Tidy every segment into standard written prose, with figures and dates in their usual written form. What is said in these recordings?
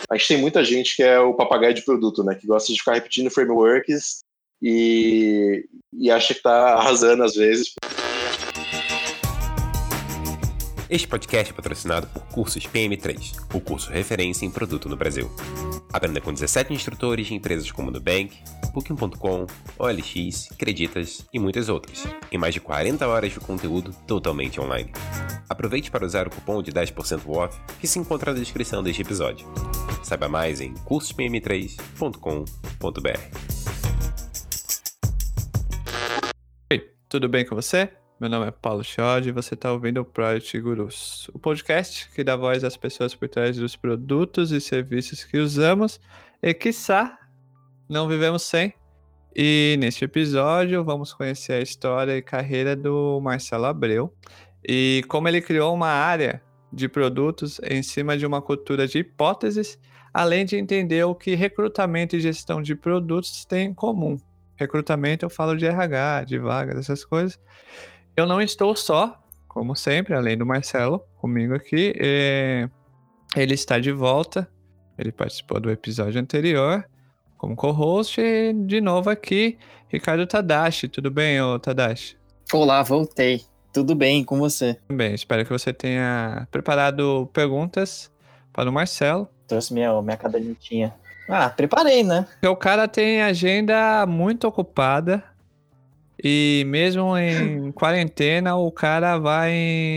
A gente tem muita gente que é o papagaio de produto, né? Que gosta de ficar repetindo frameworks e acha que tá arrasando às vezes. Este podcast é patrocinado por Cursos PM3, o curso referência em produto no Brasil. Aprenda com 17 instrutores de empresas como Nubank, Booking.com, OLX, Creditas e muitas outras, em mais de 40 horas de conteúdo totalmente online. Aproveite para usar o cupom de 10% off que se encontra na descrição deste episódio. Saiba mais em cursospm3.com.br. Oi, tudo bem com você? Meu nome é Paulo Chiodi e você está ouvindo o Product Gurus, o podcast que dá voz às pessoas por trás dos produtos e serviços que usamos e, quiçá, não vivemos sem. E neste episódio vamos conhecer a história e carreira do Marcelo Abreu e como ele criou uma área de produtos em cima de uma cultura de hipóteses, além de entender o que recrutamento e gestão de produtos têm em comum. Recrutamento eu falo de RH, de vaga, dessas coisas. Eu não estou só, como sempre, além do Marcelo, comigo aqui. Ele está de volta, ele participou do episódio anterior como co-host e de novo aqui, Ricardo Tadashi. Tudo bem, ô Tadashi? Olá, voltei. Tudo bem com você? Bem, espero que você tenha preparado perguntas para o Marcelo. Trouxe minha cadernetinha. Preparei, né? O cara tem agenda muito ocupada. E mesmo em quarentena, o cara vai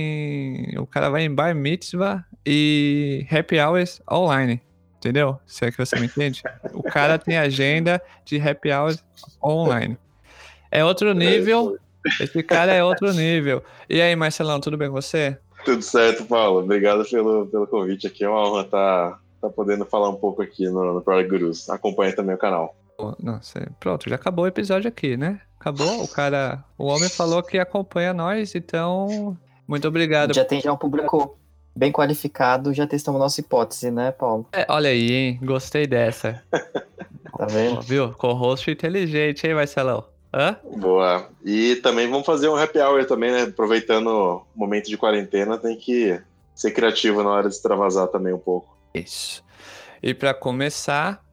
em bar mitzvah e happy hours online, entendeu? Se é que você me entende? O cara tem agenda de happy hours online. É outro nível, esse cara é outro nível. E aí, Marcelão, tudo bem com você? Tudo certo, Paulo. Obrigado pelo convite aqui. É uma honra estar podendo falar um pouco aqui no Product Gurus. Acompanhe também o canal. Nossa, pronto, já acabou o episódio aqui, né? Acabou, o homem falou que acompanha nós, então, muito obrigado. Já tem um público bem qualificado, já testamos nossa hipótese, né, Paulo? Olha aí, hein? Gostei dessa. Tá vendo? Viu? Co-host inteligente, hein, Marcelão? Hã? Boa. E também vamos fazer um happy hour também, né? Aproveitando o momento de quarentena, tem que ser criativo na hora de extravasar também um pouco. Isso. E pra começar,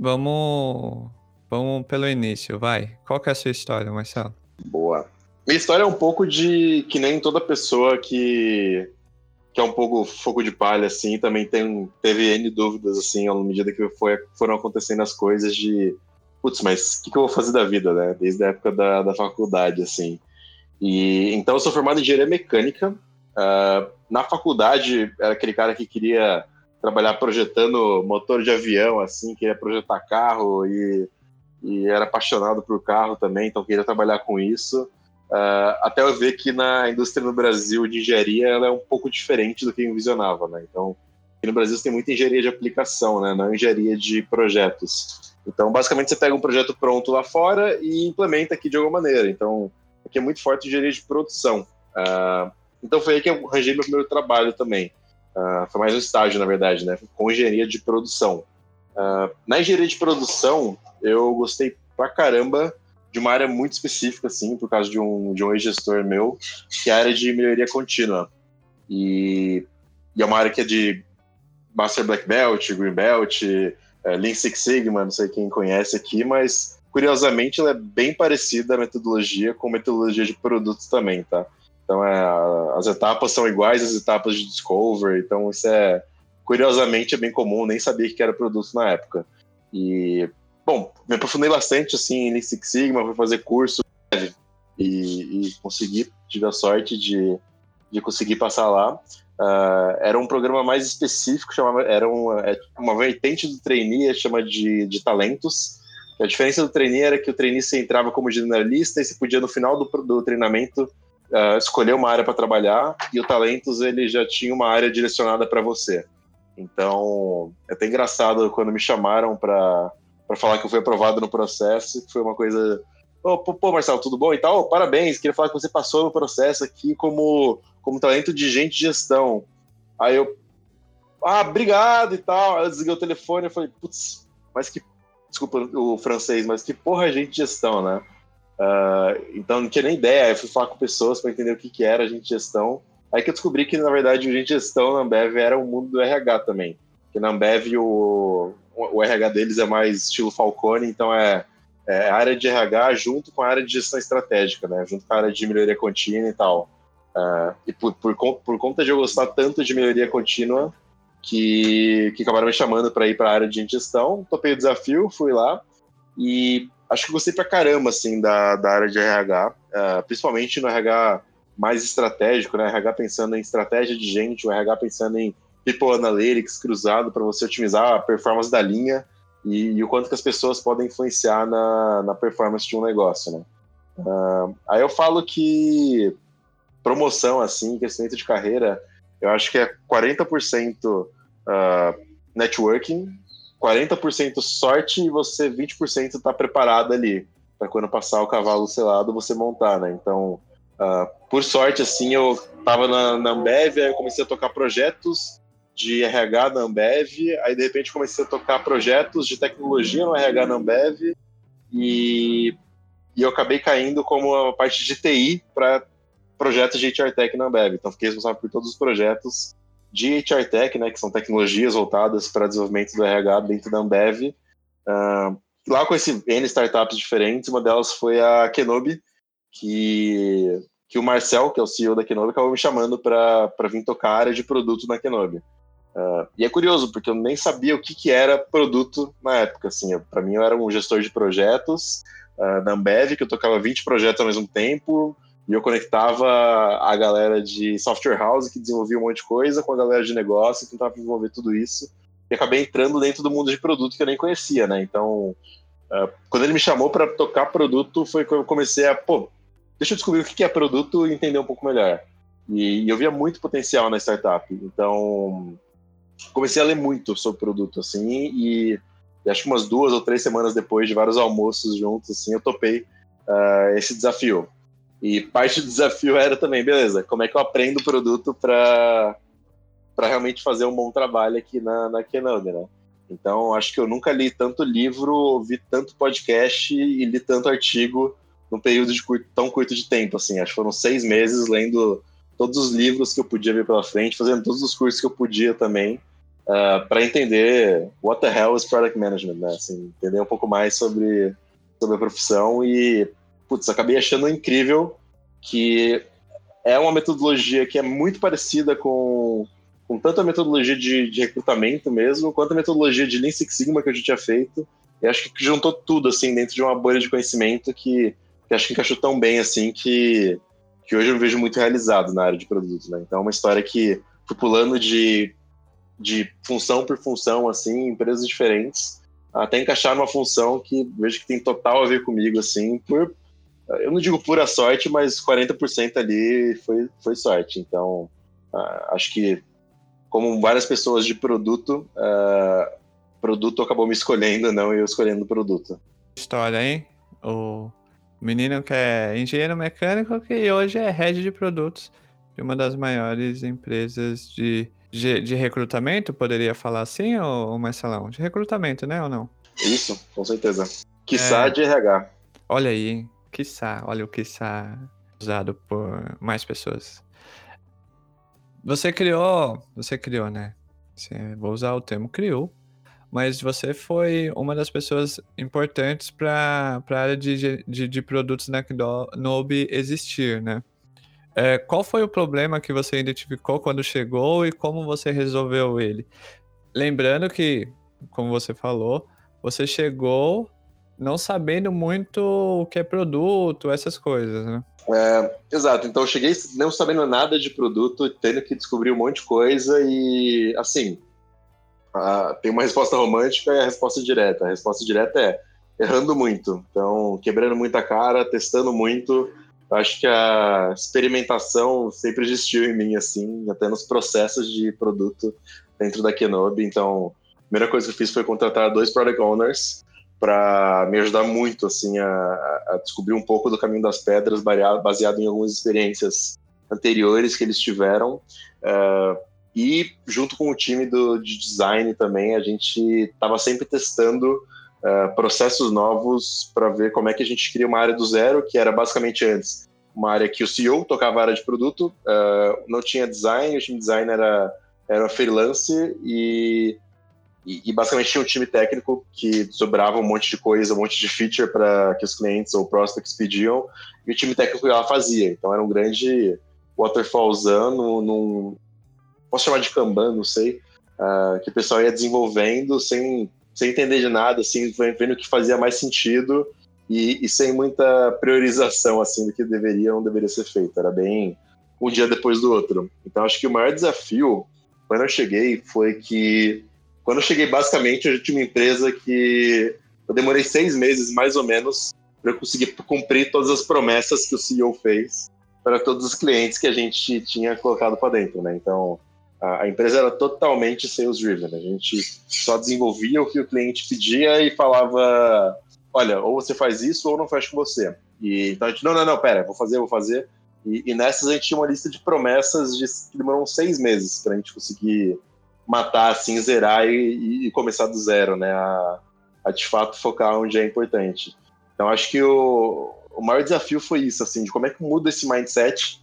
vamos pelo início, vai. Qual que é a sua história, Marcelo? Boa. Minha história é um pouco de que nem toda pessoa que é um pouco fogo de palha, assim, também teve N dúvidas, assim, à medida que foram acontecendo as coisas de putz, mas o que eu vou fazer da vida, né? Desde a época da faculdade, assim. E então eu sou formado em engenharia mecânica. Na faculdade, era aquele cara que queria trabalhar projetando motor de avião, assim, queria projetar carro e era apaixonado por carro também, então queria trabalhar com isso. Até eu ver que na indústria no Brasil de engenharia ela é um pouco diferente do que eu envisionava, né? Então, aqui no Brasil você tem muita engenharia de aplicação, né? Não engenharia de projetos. Então, basicamente, você pega um projeto pronto lá fora e implementa aqui de alguma maneira. Então, aqui é muito forte engenharia de produção. Então, foi aí que eu arranjei meu primeiro trabalho também. Foi mais um estágio, na verdade, né? Com engenharia de produção. Na engenharia de produção, eu gostei pra caramba de uma área muito específica, assim, por causa de um ex-gestor meu, que é a área de melhoria contínua. E é uma área que é de Master Black Belt, Green Belt, Lean Six Sigma, não sei quem conhece aqui, mas curiosamente ela é bem parecida a metodologia com metodologia de produtos também, tá? Então as etapas são iguais às etapas de Discover, então isso curiosamente é bem comum, nem sabia que era produto na época. E, bom, me aprofundei bastante assim, em Lean Six Sigma, fui fazer curso e consegui, tive a sorte de conseguir passar lá. Era um programa mais específico, era uma vertente do trainee, chama de talentos. A diferença do trainee era que o trainee você entrava como generalista e você podia, no final do treinamento, escolher uma área para trabalhar, e o talentos ele já tinha uma área direcionada para você. Então, é até engraçado quando me chamaram para falar que eu fui aprovado no processo, que foi uma coisa... Pô, Marcelo, tudo bom e tal? Parabéns, queria falar que você passou no processo aqui como talento de gente de gestão. Aí eu, obrigado e tal. Aí eu desliguei o telefone e falei, putz, desculpa o francês, mas que porra é gente de gestão, né? Então não tinha nem ideia. Aí eu fui falar com pessoas para entender o que era gente de gestão. Aí que eu descobri que, na verdade, o gente de gestão na Ambev era o mundo do RH também. Porque na Ambev o RH deles é mais estilo Falcone, então é a área de RH junto com a área de gestão estratégica, né? Junto com a área de melhoria contínua e tal. E por conta de eu gostar tanto de melhoria contínua, que acabaram me chamando para ir para a área de gestão, topei o desafio, fui lá e acho que gostei pra caramba, assim, da área de RH, principalmente no RH mais estratégico, né? RH pensando em estratégia de gente, o RH pensando em People Analytics cruzado para você otimizar a performance da linha e o quanto que as pessoas podem influenciar na performance de um negócio, né? Aí eu falo que promoção, assim, crescimento de carreira, eu acho que é 40% networking, 40% sorte e você 20% tá preparado ali para quando passar o cavalo selado você montar, né? Então, por sorte, assim, eu tava na Ambev, aí eu comecei a tocar projetos de RH na Ambev, aí de repente comecei a tocar projetos de tecnologia no RH na Ambev e eu acabei caindo como a parte de TI para projetos de HR Tech na Ambev. Então, fiquei responsável por todos os projetos de HR Tech, né, que são tecnologias voltadas para desenvolvimento do RH dentro da Ambev. Lá eu conheci N startups diferentes, uma delas foi a Kenobi, que o Marcel, que é o CEO da Kenobi, acabou me chamando para vir tocar a área de produto na Kenobi. E é curioso, porque eu nem sabia o que era produto na época. Assim, para mim, eu era um gestor de projetos na Ambev, que eu tocava 20 projetos ao mesmo tempo, e eu conectava a galera de software house, que desenvolvia um monte de coisa, com a galera de negócio, que tentava desenvolver tudo isso. E acabei entrando dentro do mundo de produto que eu nem conhecia, né? Então, quando ele me chamou para tocar produto, foi que eu comecei deixa eu descobrir o que é produto e entender um pouco melhor. E eu via muito potencial na startup. Então, comecei a ler muito sobre produto, assim, e acho que umas 2 ou 3 semanas depois de vários almoços juntos, assim, eu topei esse desafio. E parte do desafio era também, beleza, como é que eu aprendo o produto para realmente fazer um bom trabalho aqui na Kenobi, né? Então, acho que eu nunca li tanto livro, ouvi tanto podcast e li tanto artigo num período tão curto de tempo, assim. Acho que foram 6 meses lendo todos os livros que eu podia ver pela frente, fazendo todos os cursos que eu podia também, para entender what the hell is product management, né? Assim, entender um pouco mais sobre a profissão e, acabei achando incrível que é uma metodologia que é muito parecida com tanto a metodologia de recrutamento mesmo, quanto a metodologia de Lean Six Sigma que eu já tinha feito. E acho que juntou tudo, assim, dentro de uma bolha de conhecimento que acho que encaixou tão bem, assim, que hoje eu me vejo muito realizado na área de produto, né? Então é uma história que fui pulando de função por função, assim, em empresas diferentes, até encaixar numa função que vejo que tem total a ver comigo, assim, eu não digo pura sorte, mas 40% ali foi sorte. Então, acho que, como várias pessoas de produto, produto acabou me escolhendo, não eu escolhendo o produto. História, hein? O menino que é engenheiro mecânico que hoje é head de produtos de uma das maiores empresas de recrutamento, poderia falar assim, ou Marcelão? De recrutamento, né, ou não? Isso, com certeza. Quiçá de RH. Olha aí, hein? Quiçá, olha o quiçá usado por mais pessoas. Você criou, né? Vou usar o termo criou, mas você foi uma das pessoas importantes para a área de produtos na Kenobi existir, né? Qual foi o problema que você identificou quando chegou e como você resolveu ele? Lembrando que, como você falou, você chegou não sabendo muito o que é produto, essas coisas, né? Exato, então eu cheguei não sabendo nada de produto, tendo que descobrir um monte de coisa e, assim, tem uma resposta romântica e a resposta direta. A resposta direta é errando muito, então quebrando muita cara, testando muito. Acho que a experimentação sempre existiu em mim, assim, até nos processos de produto dentro da Kenobi. Então, a primeira coisa que eu fiz foi contratar 2 Product Owners para me ajudar muito, assim, a descobrir um pouco do caminho das pedras, baseado em algumas experiências anteriores que eles tiveram. E junto com o time de design também, a gente estava sempre testando processos novos para ver como é que a gente cria uma área do zero, que era basicamente antes uma área que o CEO tocava a área de produto, não tinha design, o time design era freelance e E basicamente tinha um time técnico que sobrava um monte de coisa, um monte de feature para que os clientes ou prospects pediam, e o time técnico lá fazia. Então era um grande waterfallzão, posso chamar de Kanban, não sei, que o pessoal ia desenvolvendo sem entender de nada, assim, vendo o que fazia mais sentido e sem muita priorização assim, do que deveria ou não deveria ser feito. Era bem um dia depois do outro. Então acho que o maior desafio, quando eu cheguei, foi que quando eu cheguei, basicamente, eu tinha uma empresa que eu demorei 6 meses, mais ou menos, para eu conseguir cumprir todas as promessas que o CEO fez para todos os clientes que a gente tinha colocado para dentro, né? Então, a empresa era totalmente sales-driven. A gente só desenvolvia o que o cliente pedia e falava, olha, ou você faz isso ou não faz com você. E, então a gente, não, pera, vou fazer. E nessas a gente tinha uma lista de promessas que demoraram 6 meses para a gente conseguir matar, assim, zerar e começar do zero, né? A de fato focar onde é importante. Então acho que o maior desafio foi isso, assim, de como é que muda esse mindset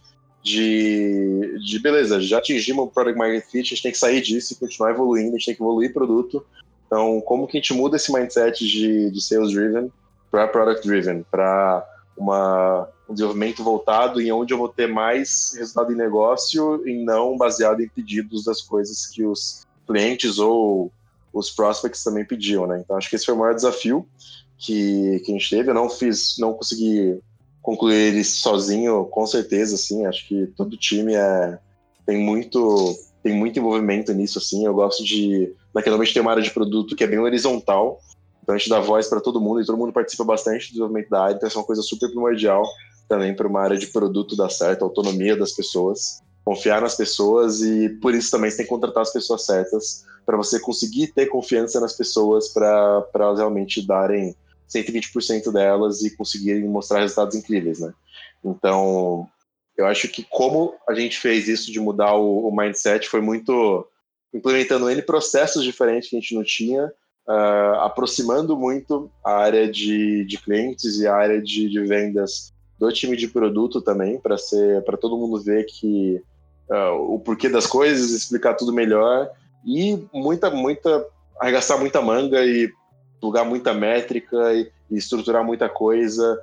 de beleza, já atingimos o Product Market Fit, a gente tem que sair disso e continuar evoluindo, a gente tem que evoluir produto. Então, como que a gente muda esse mindset de Sales Driven para Product Driven, para um desenvolvimento voltado em onde eu vou ter mais resultado em negócio e não baseado em pedidos das coisas que os clientes ou os prospects também pediam, né? Então, acho que esse foi o maior desafio que a gente teve. Eu não consegui concluir ele sozinho, com certeza, assim. Acho que todo time tem muito envolvimento nisso, assim. Eu gosto naquele momento ter uma área de produto que é bem horizontal, então a gente dá voz para todo mundo e todo mundo participa bastante do desenvolvimento da área, então essa é uma coisa super primordial também para uma área de produto dar certo, a autonomia das pessoas, confiar nas pessoas, e por isso também você tem que contratar as pessoas certas para você conseguir ter confiança nas pessoas para elas realmente darem 120% delas e conseguirem mostrar resultados incríveis, né? Então, eu acho que como a gente fez isso de mudar o mindset foi muito implementando N processos diferentes que a gente não tinha, aproximando muito a área de clientes e a área de vendas do time de produto também, para todo mundo ver que o porquê das coisas, explicar tudo melhor e arregaçar muita manga e plugar muita métrica e estruturar muita coisa,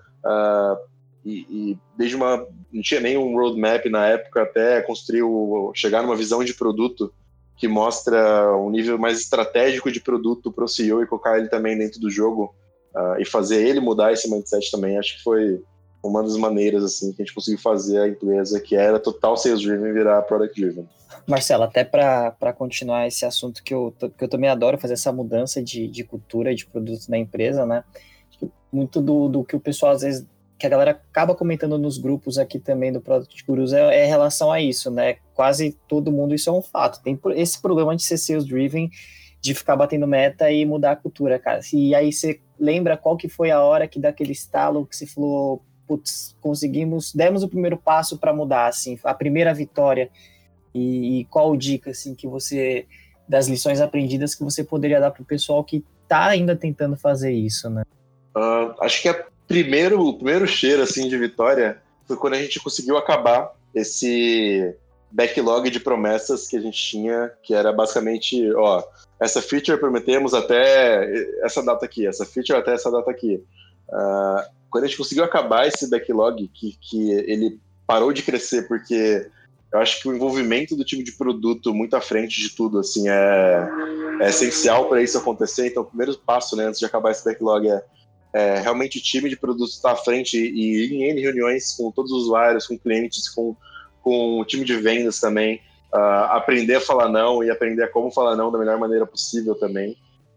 e não tinha nem um roadmap na época, até chegar numa visão de produto que mostra um nível mais estratégico de produto para o CEO e colocar ele também dentro do jogo, e fazer ele mudar esse mindset também. Acho que foi uma das maneiras assim, que a gente conseguiu fazer a empresa, que era total sales driven, virar product driven. Marcelo, até para continuar esse assunto que eu também adoro fazer essa mudança de cultura, de produto na empresa, né? Muito do que o pessoal, às vezes, que a galera acaba comentando nos grupos aqui também do Product Gurus é em relação a isso, né? Quase todo mundo, isso é um fato. Tem esse problema de ser sales driven, de ficar batendo meta e mudar a cultura, cara. E aí você lembra qual que foi a hora que dá aquele estalo que você falou, putz, demos o primeiro passo para mudar, assim, a primeira vitória. E qual dica, assim, das lições aprendidas que você poderia dar para o pessoal que está ainda tentando fazer isso, né? Acho que o primeiro cheiro, assim, de vitória foi quando a gente conseguiu acabar esse backlog de promessas que a gente tinha, que era basicamente, essa feature prometemos até essa data aqui, essa feature até essa data aqui. Quando a gente conseguiu acabar esse backlog, que ele parou de crescer, porque eu acho que o envolvimento do time de produto muito à frente de tudo, assim, é essencial para isso acontecer. Então, o primeiro passo, né, antes de acabar esse backlog é realmente o time de produto estar à frente e ir em N reuniões com todos os usuários, com clientes, com o time de vendas também, aprender a falar não e aprender a como falar não da melhor maneira possível também.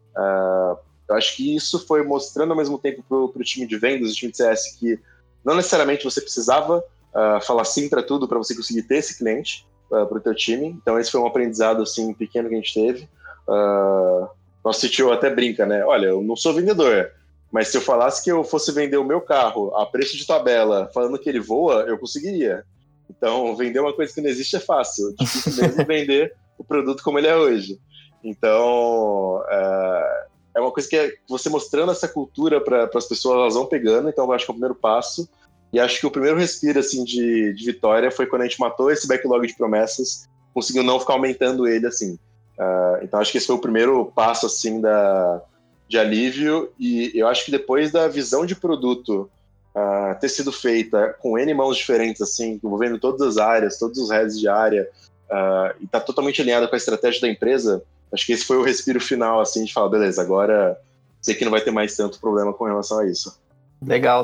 Eu acho que isso foi mostrando ao mesmo tempo para o time de vendas, o time de CS, que não necessariamente você precisava falar sim para tudo para você conseguir ter esse cliente para o teu time. Então esse foi um aprendizado assim, pequeno que a gente teve. Nosso CTO até brinca, né? Olha, eu não sou vendedor, mas se eu falasse que eu fosse vender o meu carro a preço de tabela, falando que ele voa, eu conseguiria. Então, vender uma coisa que não existe é fácil. É difícil mesmo vender o produto como ele é hoje. Então, é uma coisa que você mostrando essa cultura para as pessoas, elas vão pegando. Então, eu acho que é o primeiro passo. E acho que o primeiro respiro assim, de vitória foi quando a gente matou esse backlog de promessas, conseguiu não ficar aumentando ele assim. Então acho que esse foi o primeiro passo assim de alívio, e eu acho que depois da visão de produto ter sido feita com N mãos diferentes, assim, envolvendo todas as áreas, todos os heads de área, e tá totalmente alinhada com a estratégia da empresa, acho que esse foi o respiro final, assim, de falar, beleza, agora sei que não vai ter mais tanto problema com relação a isso. Legal.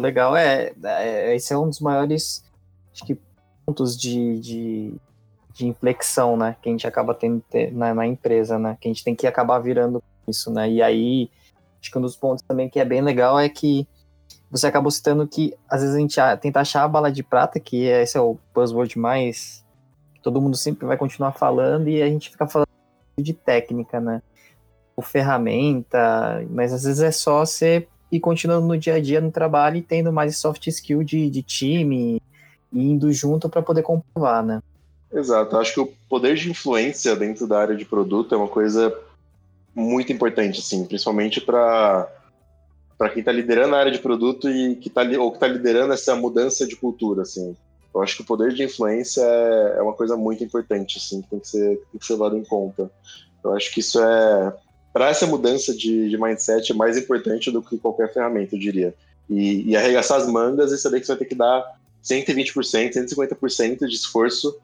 Esse é um dos maiores, acho que, pontos de inflexão, né, que a gente acaba tendo na empresa, né, que a gente tem que acabar virando isso, né, e aí, acho que um dos pontos também que é bem legal é que você acabou citando que, às vezes, a gente tenta achar a bala de prata, que esse é o buzzword mais que todo mundo sempre vai continuar falando, e a gente fica falando de técnica, né? Ou ferramenta, mas às vezes é só você ir continuando no dia a dia, no trabalho, e tendo mais soft skill de time, e indo junto para poder comprovar, né? Exato, acho que o poder de influência dentro da área de produto é uma coisa muito importante, assim, principalmente para quem está liderando a área de produto e que está liderando essa mudança de cultura, assim. Eu acho que o poder de influência é uma coisa muito importante, assim, que tem que ser levado em conta. Eu acho que isso para essa mudança de mindset, é mais importante do que qualquer ferramenta, eu diria. E arregaçar as mangas e saber que você vai ter que dar 120%, 150% de esforço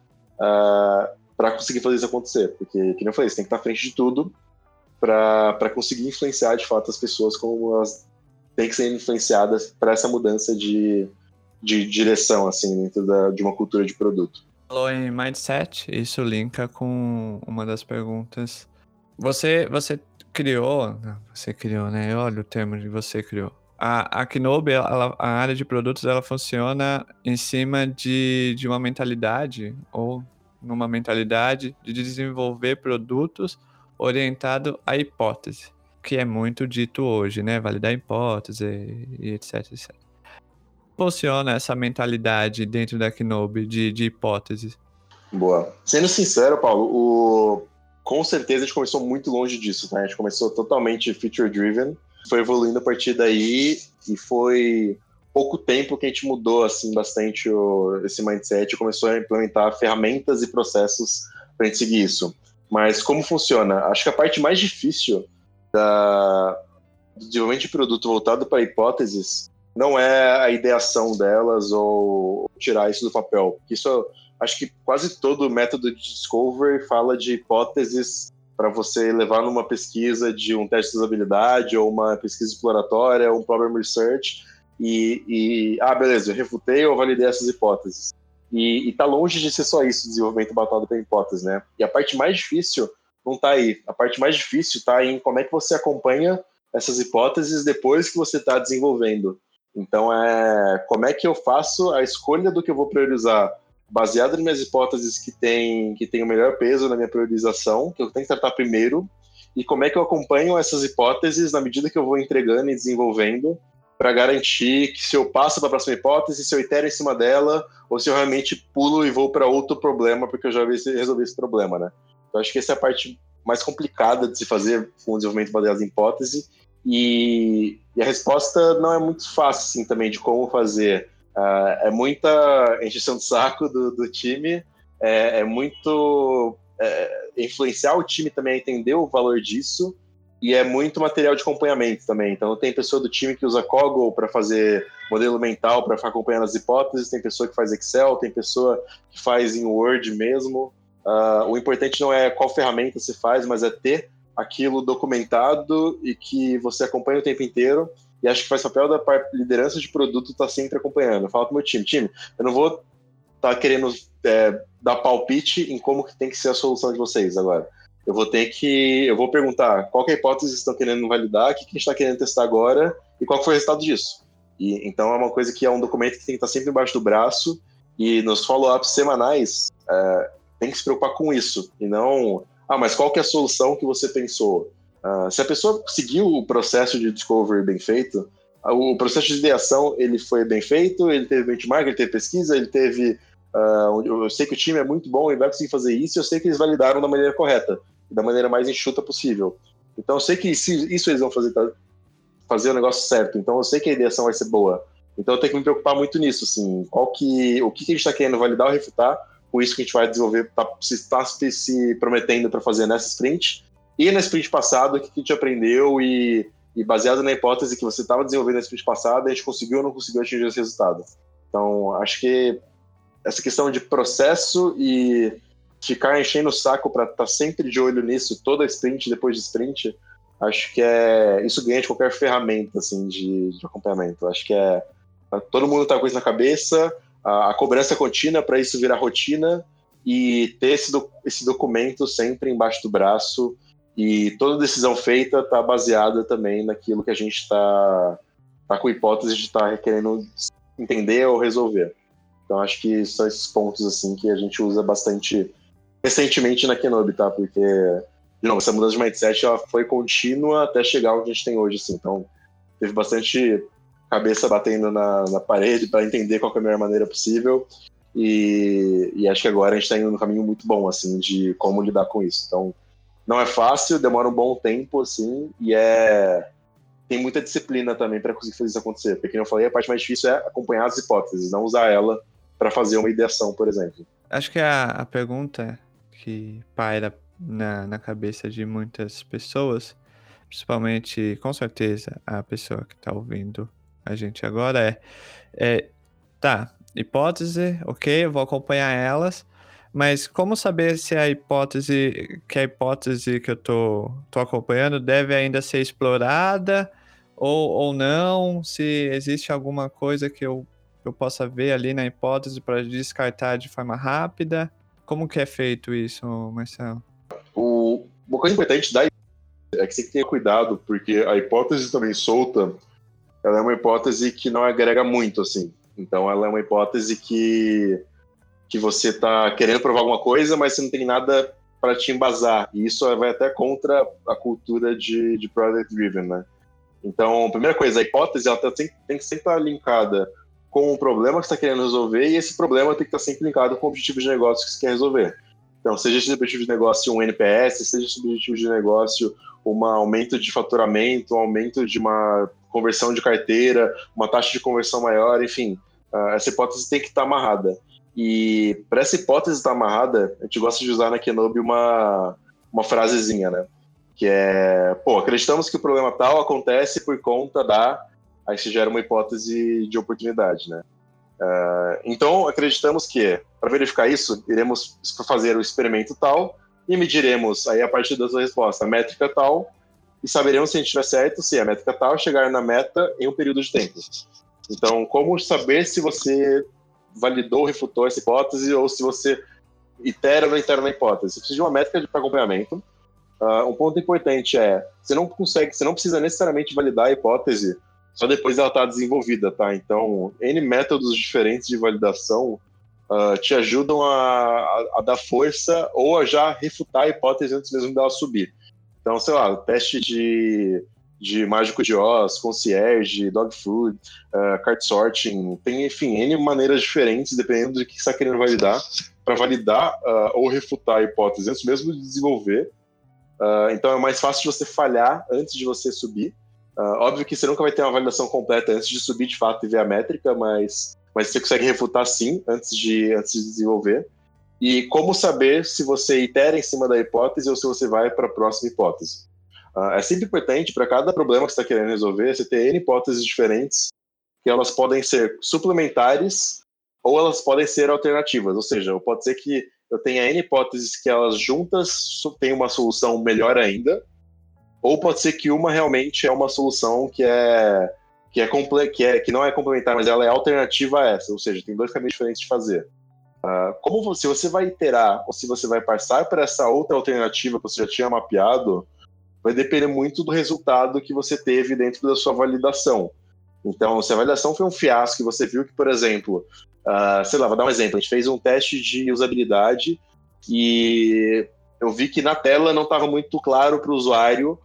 para conseguir fazer isso acontecer. Porque, que nem eu falei, você tem que estar à frente de tudo para conseguir influenciar, de fato, as pessoas como elas têm que ser influenciadas para essa mudança de direção, assim, dentro de uma cultura de produto. Falou em mindset, isso linka com uma das perguntas. Você criou, né? Olha o termo de você criou. A Knobe, a área de produtos, ela funciona em cima de uma mentalidade, ou numa mentalidade de desenvolver produtos orientado à hipótese, que é muito dito hoje, né? Validar a hipótese e etc, etc. Funciona essa mentalidade dentro da Knobe de hipóteses? Boa. Sendo sincero, Paulo, com certeza a gente começou muito longe disso, tá? A gente começou totalmente feature-driven, foi evoluindo a partir daí, e foi pouco tempo que a gente mudou assim, bastante esse mindset e começou a implementar ferramentas e processos para a gente seguir isso. Mas como funciona? Acho que a parte mais difícil do desenvolvimento de produto voltado para hipóteses não é a ideação delas ou tirar isso do papel. Isso, acho que quase todo método de discovery fala de hipóteses para você levar numa pesquisa de um teste de usabilidade ou uma pesquisa exploratória, ou um problem research, beleza, eu refutei ou validei essas hipóteses. E tá longe de ser só isso, desenvolvimento baseado para hipóteses, né? E a parte mais difícil não tá aí. A parte mais difícil tá em como é que você acompanha essas hipóteses depois que você está desenvolvendo. Então, como é que eu faço a escolha do que eu vou priorizar baseado nas minhas hipóteses que tem o melhor peso na minha priorização, que eu tenho que tratar primeiro, e como é que eu acompanho essas hipóteses na medida que eu vou entregando e desenvolvendo, para garantir que se eu passo para a próxima hipótese, se eu itero em cima dela, ou se eu realmente pulo e vou para outro problema, porque eu já resolvi esse problema, né? Então, acho que essa é a parte mais complicada de se fazer com o desenvolvimento baseado em hipótese, e a resposta não é muito fácil, assim, também, de como fazer. É muita encheção de saco do time, é muito influenciar o time também a entender o valor disso, e é muito material de acompanhamento também. Então, tem pessoa do time que usa Kaggle para fazer modelo mental, para ficar acompanhando as hipóteses, tem pessoa que faz Excel, tem pessoa que faz em Word mesmo. O importante não é qual ferramenta você faz, mas é ter aquilo documentado e que você acompanha o tempo inteiro. E acho que faz papel da liderança de produto estar sempre acompanhando. Eu falo pro meu time, eu não vou estar querendo dar palpite em como que tem que ser a solução de vocês agora. Eu vou perguntar qual que é a hipótese que vocês estão querendo validar, o que a gente está querendo testar agora e qual foi o resultado disso. E então é uma coisa que é um documento que tem que estar sempre embaixo do braço, e nos follow-ups semanais tem que se preocupar com isso, e não, mas qual que é a solução que você pensou? Se a pessoa seguiu o processo de discovery bem feito, o processo de ideação ele foi bem feito, ele teve benchmark, ele teve pesquisa, ele teve... eu sei que o time é muito bom e vai conseguir fazer isso, eu sei que eles validaram da maneira correta, da maneira mais enxuta possível. Então eu sei que isso eles vão fazer o negócio certo, então eu sei que a ideação vai ser boa. Então eu tenho que me preocupar muito nisso, assim, o que a gente está querendo validar ou refutar com isso que a gente vai desenvolver, está se prometendo para fazer nessa sprint, E na sprint passada, o que a gente aprendeu e baseado na hipótese que você estava desenvolvendo na sprint passada, a gente conseguiu ou não conseguiu atingir esse resultado. Então, acho que essa questão de processo e ficar enchendo o saco para estar sempre de olho nisso, toda sprint, depois de sprint, acho que isso ganha de qualquer ferramenta assim, de acompanhamento. Acho que todo mundo tá com isso na cabeça, a cobrança contínua para isso virar rotina e ter esse documento sempre embaixo do braço, e toda decisão feita está baseada também naquilo que a gente está com hipótese de estar querendo entender ou resolver. Então acho que são esses pontos assim que a gente usa bastante recentemente na Kenobi, tá? Porque, de novo, essa mudança de mindset ela foi contínua até chegar onde a gente tem hoje, assim. Então teve bastante cabeça batendo na parede para entender qual que é a melhor maneira possível, e acho que agora a gente está indo num caminho muito bom, assim, de como lidar com isso. Então não é fácil, demora um bom tempo, assim, e tem muita disciplina também para conseguir fazer isso acontecer. Porque, como eu falei, a parte mais difícil é acompanhar as hipóteses, não usar ela para fazer uma ideação, por exemplo. Acho que a pergunta que paira na cabeça de muitas pessoas, principalmente, com certeza, a pessoa que está ouvindo a gente agora tá, hipótese, ok, eu vou acompanhar elas, mas como saber se a hipótese que eu tô acompanhando deve ainda ser explorada ou não, se existe alguma coisa que eu possa ver ali na hipótese para descartar de forma rápida? Como que é feito isso, Marcelo? Uma coisa importante é que você tem que ter cuidado, porque a hipótese também solta, ela é uma hipótese que não agrega muito, assim. Então ela é uma hipótese que você está querendo provar alguma coisa, mas você não tem nada para te embasar. E isso vai até contra a cultura de product driven, né? Então, a primeira coisa, a hipótese ela tem que sempre estar linkada com o problema que você está querendo resolver, e esse problema tem que estar sempre linkado com o objetivo de negócio que você quer resolver. Então, seja esse objetivo de negócio um NPS, seja esse objetivo de negócio um aumento de faturamento, um aumento de uma conversão de carteira, uma taxa de conversão maior, enfim, essa hipótese tem que estar amarrada. E para essa hipótese estar amarrada, a gente gosta de usar na Kenobi uma frasezinha, né? Que é, acreditamos que o problema tal acontece por conta aí se gera uma hipótese de oportunidade, né? Então, acreditamos que, para verificar isso, iremos fazer o experimento tal e mediremos, aí a partir da sua resposta, a métrica tal, e saberemos se a gente estiver certo, se a métrica tal chegar na meta em um período de tempo. Então, como saber se você validou ou refutou essa hipótese, ou se você itera ou não itera na hipótese? Você precisa de uma métrica de acompanhamento. Um ponto importante você não precisa necessariamente validar a hipótese só depois dela estar desenvolvida, tá? Então, N métodos diferentes de validação te ajudam a dar força ou a já refutar a hipótese antes mesmo dela subir. Então, sei lá, teste de mágico de Oz, concierge, dog food, cart sorting, tem, enfim, N maneiras diferentes, dependendo do que você está querendo validar, para validar ou refutar a hipótese antes mesmo de desenvolver. Então é mais fácil de você falhar antes de você subir. Óbvio que você nunca vai ter uma validação completa antes de subir de fato e ver a métrica, mas você consegue refutar sim antes de desenvolver. E como saber se você itera em cima da hipótese ou se você vai para a próxima hipótese. É sempre importante, para cada problema que você está querendo resolver, você ter N hipóteses diferentes, que elas podem ser suplementares ou elas podem ser alternativas. Ou seja, pode ser que eu tenha N hipóteses que elas juntas têm uma solução melhor ainda, ou pode ser que uma realmente é uma solução que não é complementar, mas ela é alternativa a essa. Ou seja, tem dois caminhos diferentes de fazer. Se você vai iterar ou se você vai passar para essa outra alternativa que você já tinha mapeado, vai depender muito do resultado que você teve dentro da sua validação. Então, se a validação foi um fiasco e você viu que, por exemplo, sei lá, vou dar um exemplo, a gente fez um teste de usabilidade e eu vi que na tela não estava muito claro para o usuário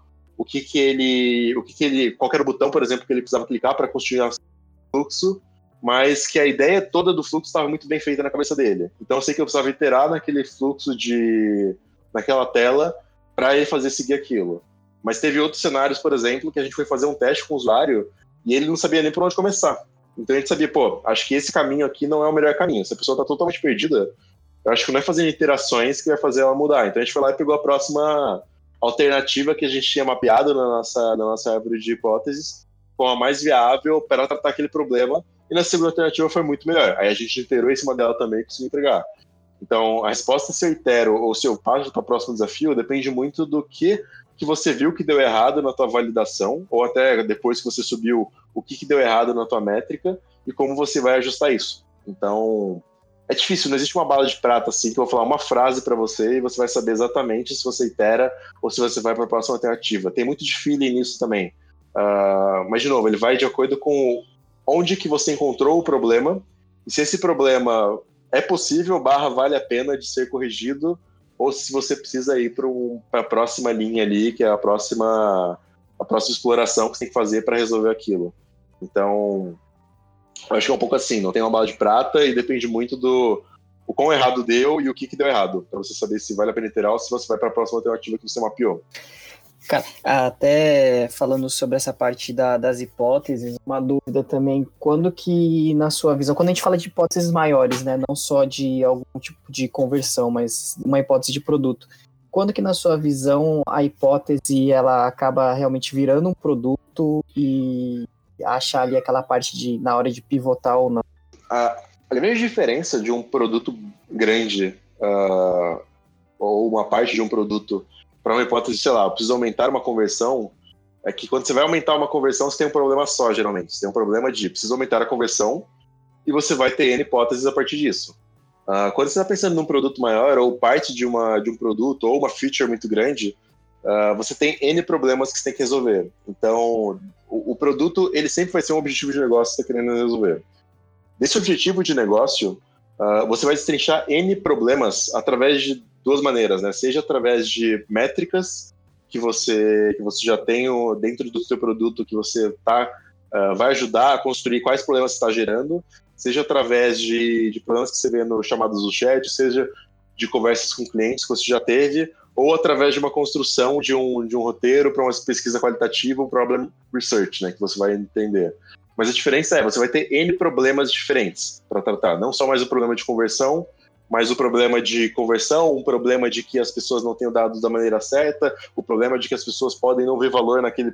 qual era o botão, por exemplo, que ele precisava clicar para construir o fluxo, mas que a ideia toda do fluxo estava muito bem feita na cabeça dele. Então eu sei que eu precisava iterar naquele fluxo naquela tela para ele seguir aquilo. Mas teve outros cenários, por exemplo, que a gente foi fazer um teste com o usuário e ele não sabia nem por onde começar. Então a gente sabia, acho que esse caminho aqui não é o melhor caminho. Se a pessoa está totalmente perdida, eu acho que não é fazendo iterações que vai fazer ela mudar. Então a gente foi lá e pegou a próxima alternativa que a gente tinha mapeado na nossa árvore de hipóteses como a mais viável para tratar aquele problema, e na segunda alternativa foi muito melhor. Aí a gente iterou esse modelo também e conseguiu entregar. Então, a resposta se eu itero ou se eu passo para o próximo desafio depende muito do que você viu que deu errado na tua validação, ou até depois que você subiu, o que deu errado na tua métrica e como você vai ajustar isso. Então, é difícil, não existe uma bala de prata assim que eu vou falar uma frase para você e você vai saber exatamente se você itera ou se você vai para a próxima alternativa. Tem muito de feeling nisso também. Mas, de novo, ele vai de acordo com onde que você encontrou o problema e se esse problema é possível, vale a pena de ser corrigido, ou se você precisa ir para a próxima linha ali, que é a próxima exploração que você tem que fazer para resolver aquilo. Então, eu acho que é um pouco assim, não tem uma bala de prata e depende muito do o quão errado deu e o que deu errado, para você saber se vale a pena iterar ou se você vai para a próxima alternativa que você mapeou. Cara, até falando sobre essa parte das hipóteses, uma dúvida também, quando que, na sua visão, quando a gente fala de hipóteses maiores, né, não só de algum tipo de conversão, mas uma hipótese de produto, quando que, na sua visão, a hipótese, ela acaba realmente virando um produto e acha ali aquela parte de, na hora de pivotar ou não? A grande diferença de um produto grande ou uma parte de um produto para uma hipótese, sei lá, eu preciso aumentar uma conversão, é que quando você vai aumentar uma conversão, você tem um problema só, geralmente. Você tem um problema de preciso aumentar a conversão e você vai ter N hipóteses a partir disso. Quando você está pensando num produto maior ou parte de um produto ou uma feature muito grande, você tem N problemas que você tem que resolver. Então, o produto, ele sempre vai ser um objetivo de negócio que você está querendo resolver. Desse objetivo de negócio, você vai destrinchar N problemas através de duas maneiras, né? Seja através de métricas que você já tem dentro do seu produto que você vai ajudar a construir quais problemas você está gerando, seja através de problemas que você vê no chamados do chat, seja de conversas com clientes que você já teve, ou através de uma construção de um roteiro para uma pesquisa qualitativa, um problem research, né? Que você vai entender. Mas a diferença você vai ter N problemas diferentes para tratar. Não só mais o problema de conversão, mas o problema de conversão, um problema de que as pessoas não têm dados da maneira certa, o problema de que as pessoas podem não ver valor naquele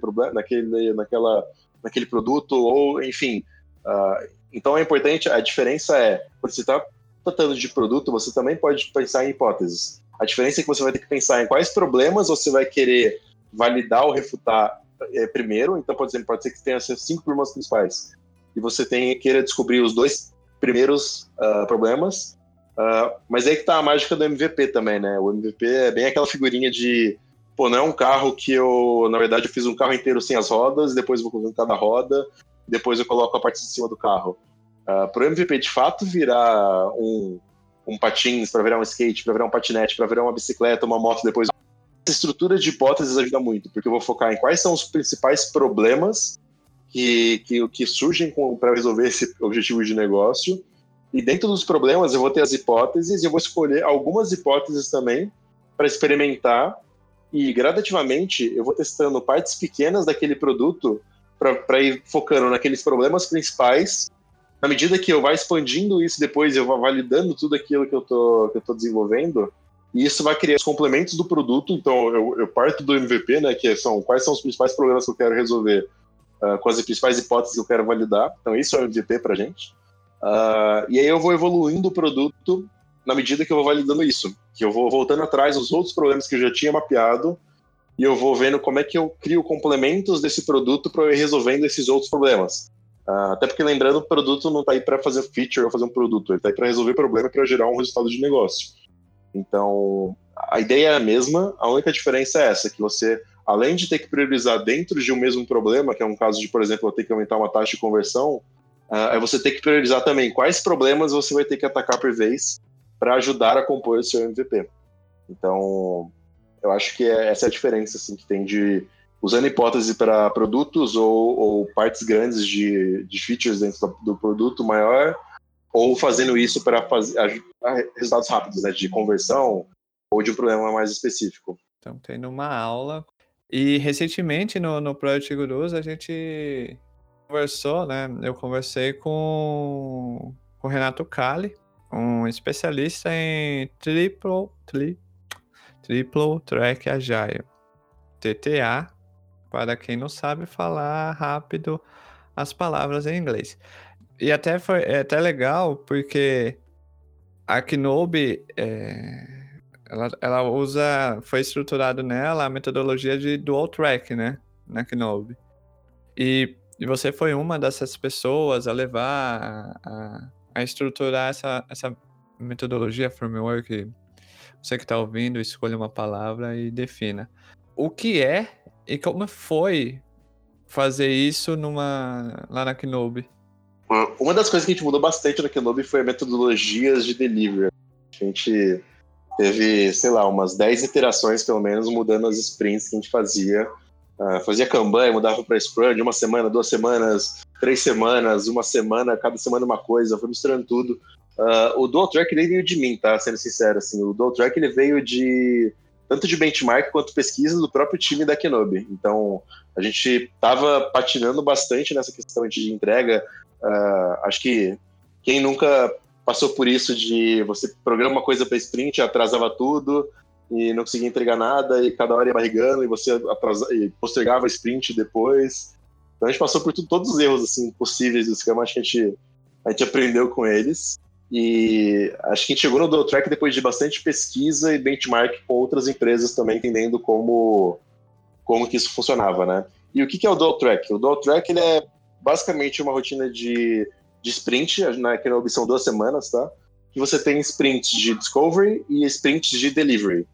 produto, ou enfim. Então é importante, a diferença quando você está tratando de produto, você também pode pensar em hipóteses. A diferença é que você vai ter que pensar em quais problemas você vai querer validar ou refutar primeiro. Então, por exemplo, pode ser que tenha 5 problemas principais e você queira descobrir os 2 primeiros problemas, mas aí que tá a mágica do MVP também, né? O MVP é bem aquela figurinha de, não é um carro que na verdade, eu fiz um carro inteiro sem as rodas, depois eu vou colocando cada roda, depois eu coloco a parte de cima do carro. Pro MVP de fato virar um patins, para virar um skate, para virar um patinete, para virar uma bicicleta, uma moto depois. Essa estrutura de hipóteses ajuda muito, porque eu vou focar em quais são os principais problemas que surgem para resolver esse objetivo de negócio. E dentro dos problemas eu vou ter as hipóteses e eu vou escolher algumas hipóteses também para experimentar e gradativamente eu vou testando partes pequenas daquele produto para ir focando naqueles problemas principais. Na medida que eu vá expandindo isso depois, eu vou validando tudo aquilo que eu tô desenvolvendo, e isso vai criar os complementos do produto. Então eu parto do MVP, né, que são quais são os principais problemas que eu quero resolver com as principais hipóteses que eu quero validar. Então isso é o MVP pra gente. E aí eu vou evoluindo o produto na medida que eu vou validando isso, que eu vou voltando atrás dos outros problemas que eu já tinha mapeado e eu vou vendo como é que eu crio complementos desse produto para eu ir resolvendo esses outros problemas. Até porque, lembrando, o produto não está aí para fazer feature ou fazer um produto, ele está aí para resolver problema e para gerar um resultado de negócio. Então, a ideia é a mesma, a única diferença é essa, que você, além de ter que priorizar dentro de um mesmo problema, que é um caso de, por exemplo, eu ter que aumentar uma taxa de conversão, é você ter que priorizar também quais problemas você vai ter que atacar por vez para ajudar a compor o seu MVP. Então, eu acho que essa é a diferença assim, que tem de usando hipótese para produtos ou partes grandes de features dentro do produto maior, ou fazendo isso para fazer resultados rápidos, né, de conversão ou de um problema mais específico. Então, tendo uma aula. E recentemente no Project Gurus a gente conversou, né? Eu conversei com o Renato Cali, um especialista em Triple Track Agile. TTA, para quem não sabe falar rápido as palavras em inglês. E é até legal porque a Kinobi, foi estruturado nela a metodologia de dual track, né? Na Kinobi. E você foi uma dessas pessoas a levar, a estruturar essa metodologia, framework. Você que está ouvindo, escolha uma palavra e defina. O que é e como foi fazer isso lá na Kinobi? Uma das coisas que a gente mudou bastante na Kinobi foi a metodologias de delivery. A gente teve, sei lá, umas 10 iterações, pelo menos, mudando as sprints que a gente fazia. Fazia Kanban, mudava para Scrum de 1 semana, 2 semanas, 3 semanas, 1 semana, cada semana uma coisa, foi misturando tudo. O Dual Track ele veio de mim, tá? Sendo sincero, assim, o Dual Track ele veio tanto de benchmark quanto pesquisa do próprio time da Kinobi. Então, a gente tava patinando bastante nessa questão de entrega. Acho que quem nunca passou por isso de você programa uma coisa para sprint, atrasava tudo e não conseguia entregar nada e cada hora ia barrigando e você e postergava a sprint depois. Então a gente passou por todos os erros assim, possíveis do Scrum, acho que a gente aprendeu com eles. E acho que a gente chegou no Dual Track depois de bastante pesquisa e benchmark com outras empresas também, entendendo como que isso funcionava, né? E o que é o Dual Track? O Dual Track ele é basicamente uma rotina de sprint, na Kinobi são 2 semanas, tá? Que você tem sprints de discovery e sprints de delivery.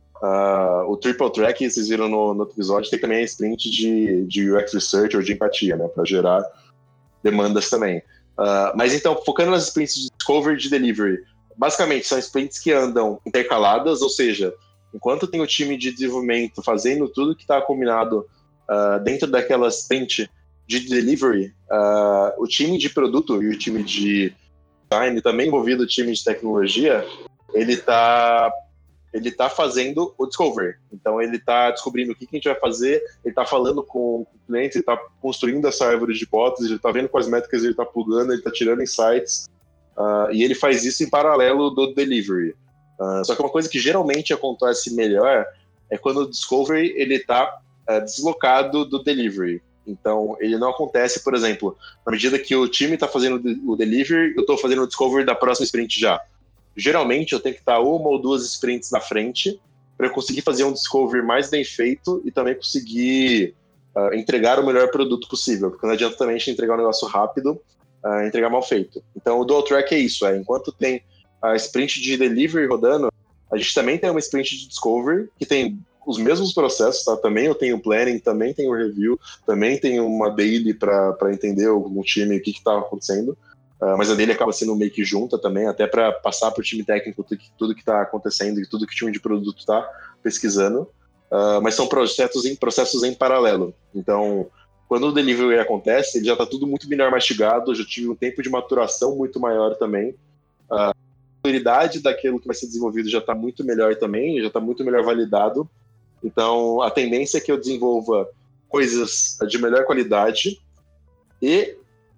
O Triple Track, vocês viram no outro episódio, tem também a sprint de UX Research ou de empatia, né? Para gerar demandas também. Mas então, focando nas sprints de discovery e de delivery, basicamente são sprints que andam intercaladas, ou seja, enquanto tem o time de desenvolvimento fazendo tudo que está combinado dentro daquela sprint de delivery, o time de produto e o time de design, também envolvido o time de tecnologia, ele tá fazendo o discovery. Então ele tá descobrindo o que a gente vai fazer, ele tá falando com o cliente, ele tá construindo essa árvore de hipóteses, ele tá vendo quais métricas ele tá plugando, ele tá tirando insights, e ele faz isso em paralelo do delivery. Só que uma coisa que geralmente acontece melhor é quando o discovery ele tá deslocado do delivery. Então, ele não acontece, por exemplo, na medida que o time está fazendo o delivery, eu estou fazendo o discovery da próxima sprint já. Geralmente, eu tenho que estar 1 ou 2 sprints na frente para eu conseguir fazer um discovery mais bem feito e também conseguir entregar o melhor produto possível, porque não adianta também a gente entregar um negócio rápido e entregar mal feito. Então, o Dual Track é isso, enquanto tem a sprint de delivery rodando, a gente também tem uma sprint de discovery, que tem os mesmos processos, tá? Também eu tenho planning, também tenho review, também tenho uma daily para entender o time, o que está acontecendo, mas a daily acaba sendo meio que junta também, até para passar para o time técnico tudo que está acontecendo e tudo que o time de produto está pesquisando, mas são processos em paralelo. Então, quando o delivery acontece, ele já está tudo muito melhor mastigado, já tive um tempo de maturação muito maior também, a maturidade daquilo que vai ser desenvolvido já está muito melhor também, já está muito melhor validado. Então, a tendência é que eu desenvolva coisas de melhor qualidade e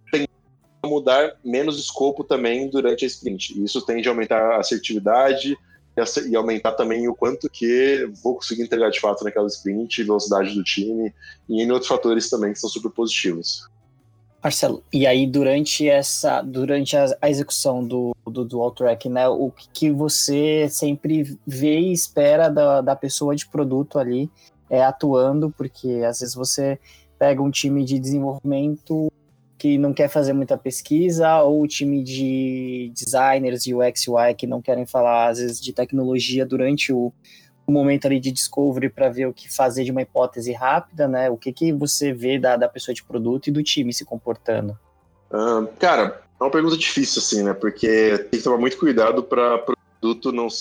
mudar menos escopo também durante a sprint. Isso tende a aumentar a assertividade e aumentar também o quanto que vou conseguir entregar de fato naquela sprint, velocidade do time e em outros fatores também que são super positivos. Marcelo, e aí durante a execução do Dual Track, né, o que você sempre vê e espera da pessoa de produto ali atuando, porque às vezes você pega um time de desenvolvimento que não quer fazer muita pesquisa, ou o time de designers e UX UI que não querem falar às vezes de tecnologia durante o momento ali de discovery para ver o que fazer de uma hipótese rápida, né? O que você vê da pessoa de produto e do time se comportando? Cara, é uma pergunta difícil, assim, né? Porque tem que tomar muito cuidado para produto não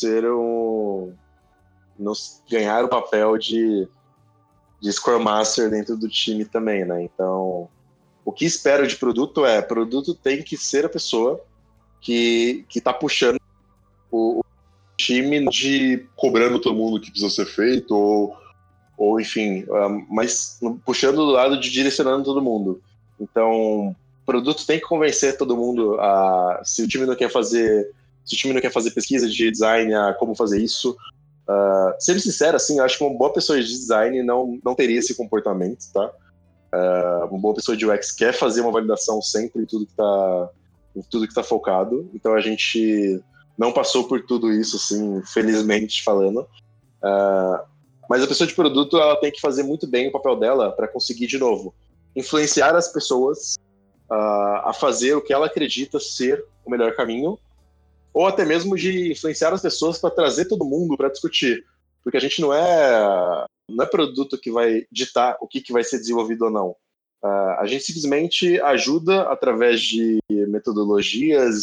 ganhar o papel de Scrum Master dentro do time também, né? Então, o que espero de produto tem que ser a pessoa que tá puxando o time de cobrando todo mundo o que precisa ser feito, ou enfim, mas puxando do lado de direcionando todo mundo. Então, o produto tem que convencer todo mundo se o time não quer fazer pesquisa de design, a como fazer isso, Sendo sincero, assim, eu acho que uma boa pessoa de design não teria esse comportamento, tá? Uma boa pessoa de UX quer fazer uma validação sempre em tudo que tá focado. Então a gente não passou por tudo isso, assim, felizmente falando. Mas a pessoa de produto, ela tem que fazer muito bem o papel dela para conseguir, de novo, influenciar as pessoas a fazer o que ela acredita ser o melhor caminho, ou até mesmo de influenciar as pessoas para trazer todo mundo para discutir. Porque a gente não é produto que vai ditar o que vai ser desenvolvido ou não. A gente simplesmente ajuda através de metodologias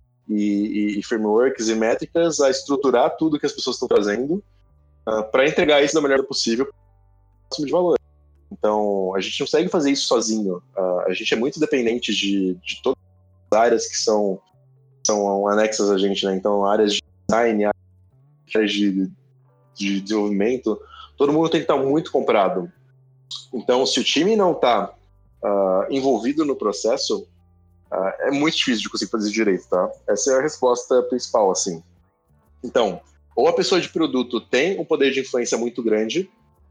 e frameworks e métricas a estruturar tudo que as pessoas estão fazendo para entregar isso da melhor possível de valor. Então, a gente não consegue fazer isso sozinho. A gente é muito dependente de todas as áreas que são anexas a gente, né? Então, áreas de design, áreas de desenvolvimento, todo mundo tem que estar muito comprado. Então, se o time não está envolvido no processo, é muito difícil de conseguir fazer direito, tá? Essa é a resposta principal, assim. Então, ou a pessoa de produto tem um poder de influência muito grande,